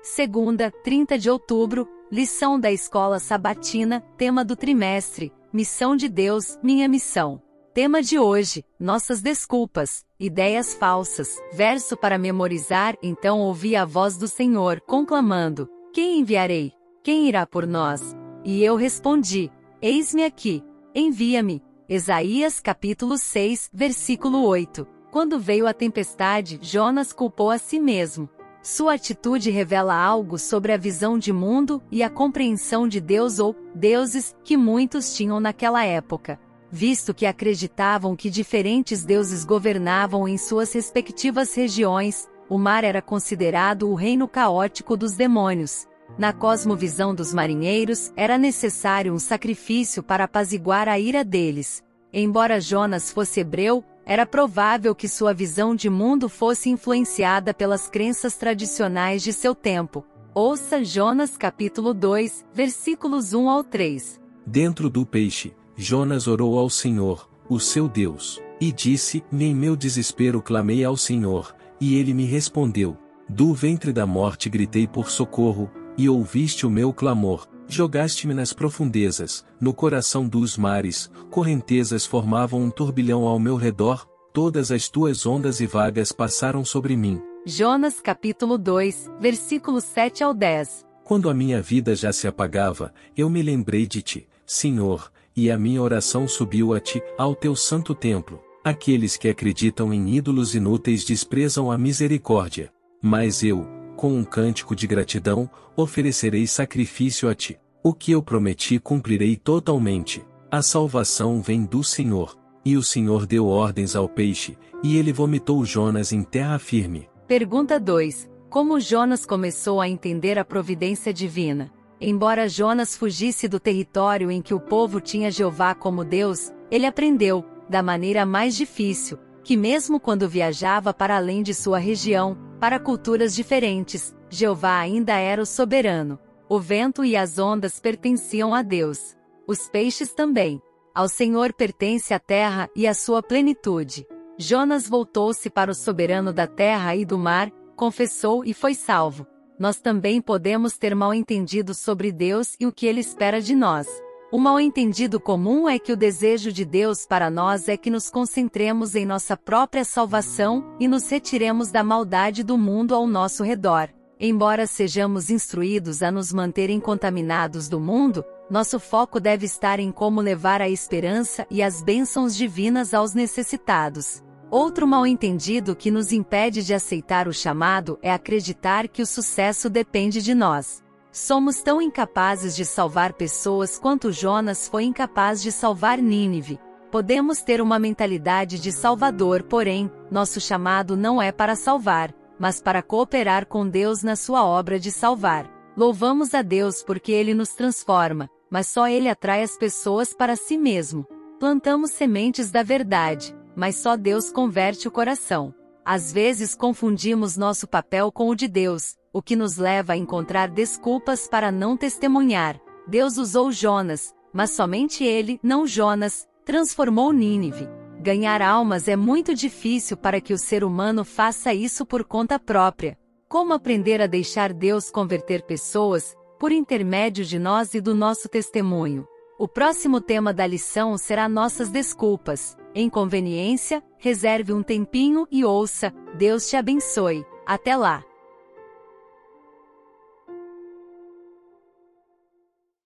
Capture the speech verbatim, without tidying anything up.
Segunda, trinta de outubro, lição da escola sabatina, tema do trimestre, missão de Deus, minha missão. Tema de hoje, nossas desculpas, ideias falsas. Verso para memorizar. Então ouvi a voz do Senhor, conclamando: Quem enviarei? Quem irá por nós? E eu respondi: Eis-me aqui, envia-me. Isaías capítulo seis, versículo oito. Quando veio a tempestade, Jonas culpou a si mesmo. Sua atitude revela algo sobre a visão de mundo e a compreensão de Deus ou deuses que muitos tinham naquela época, visto que acreditavam que diferentes deuses governavam em suas respectivas regiões. O mar era considerado o reino caótico dos demônios. Na cosmovisão dos marinheiros, era necessário um sacrifício para apaziguar a ira deles. Embora Jonas fosse hebreu, era provável que sua visão de mundo fosse influenciada pelas crenças tradicionais de seu tempo. Ouça Jonas capítulo dois, versículos um ao três. Dentro do peixe, Jonas orou ao Senhor, o seu Deus, e disse: Em meu desespero clamei ao Senhor, e ele me respondeu. Do ventre da morte gritei por socorro, e ouviste o meu clamor. Jogaste-me nas profundezas, no coração dos mares, correntezas formavam um turbilhão ao meu redor, todas as tuas ondas e vagas passaram sobre mim. Jonas capítulo dois, versículos sete ao dez. Quando a minha vida já se apagava, eu me lembrei de ti, Senhor, e a minha oração subiu a ti, ao teu santo templo. Aqueles que acreditam em ídolos inúteis desprezam a misericórdia. Mas eu, com um cântico de gratidão, oferecerei sacrifício a ti. O que eu prometi cumprirei totalmente. A salvação vem do Senhor. E o Senhor deu ordens ao peixe, e ele vomitou Jonas em terra firme. Pergunta dois. Como Jonas começou a entender a providência divina? Embora Jonas fugisse do território em que o povo tinha Jeová como Deus, ele aprendeu, da maneira mais difícil, que mesmo quando viajava para além de sua região, para culturas diferentes, Jeová ainda era o soberano. O vento e as ondas pertenciam a Deus. Os peixes também. Ao Senhor pertence a terra e a sua plenitude. Jonas voltou-se para o soberano da terra e do mar, confessou e foi salvo. Nós também podemos ter mal-entendido sobre Deus e o que Ele espera de nós. O mal-entendido comum é que o desejo de Deus para nós é que nos concentremos em nossa própria salvação e nos retiremos da maldade do mundo ao nosso redor. Embora sejamos instruídos a nos manter incontaminados do mundo, nosso foco deve estar em como levar a esperança e as bênçãos divinas aos necessitados. Outro mal-entendido que nos impede de aceitar o chamado é acreditar que o sucesso depende de nós. Somos tão incapazes de salvar pessoas quanto Jonas foi incapaz de salvar Nínive. Podemos ter uma mentalidade de salvador, porém, nosso chamado não é para salvar, mas para cooperar com Deus na sua obra de salvar. Louvamos a Deus porque Ele nos transforma, mas só Ele atrai as pessoas para si mesmo. Plantamos sementes da verdade, mas só Deus converte o coração. Às vezes confundimos nosso papel com o de Deus, o que nos leva a encontrar desculpas para não testemunhar. Deus usou Jonas, mas somente ele, não Jonas, transformou Nínive. Ganhar almas é muito difícil para que o ser humano faça isso por conta própria. Como aprender a deixar Deus converter pessoas, por intermédio de nós e do nosso testemunho? O próximo tema da lição será nossas desculpas. Em conveniência, reserve um tempinho e ouça. Deus te abençoe. Até lá!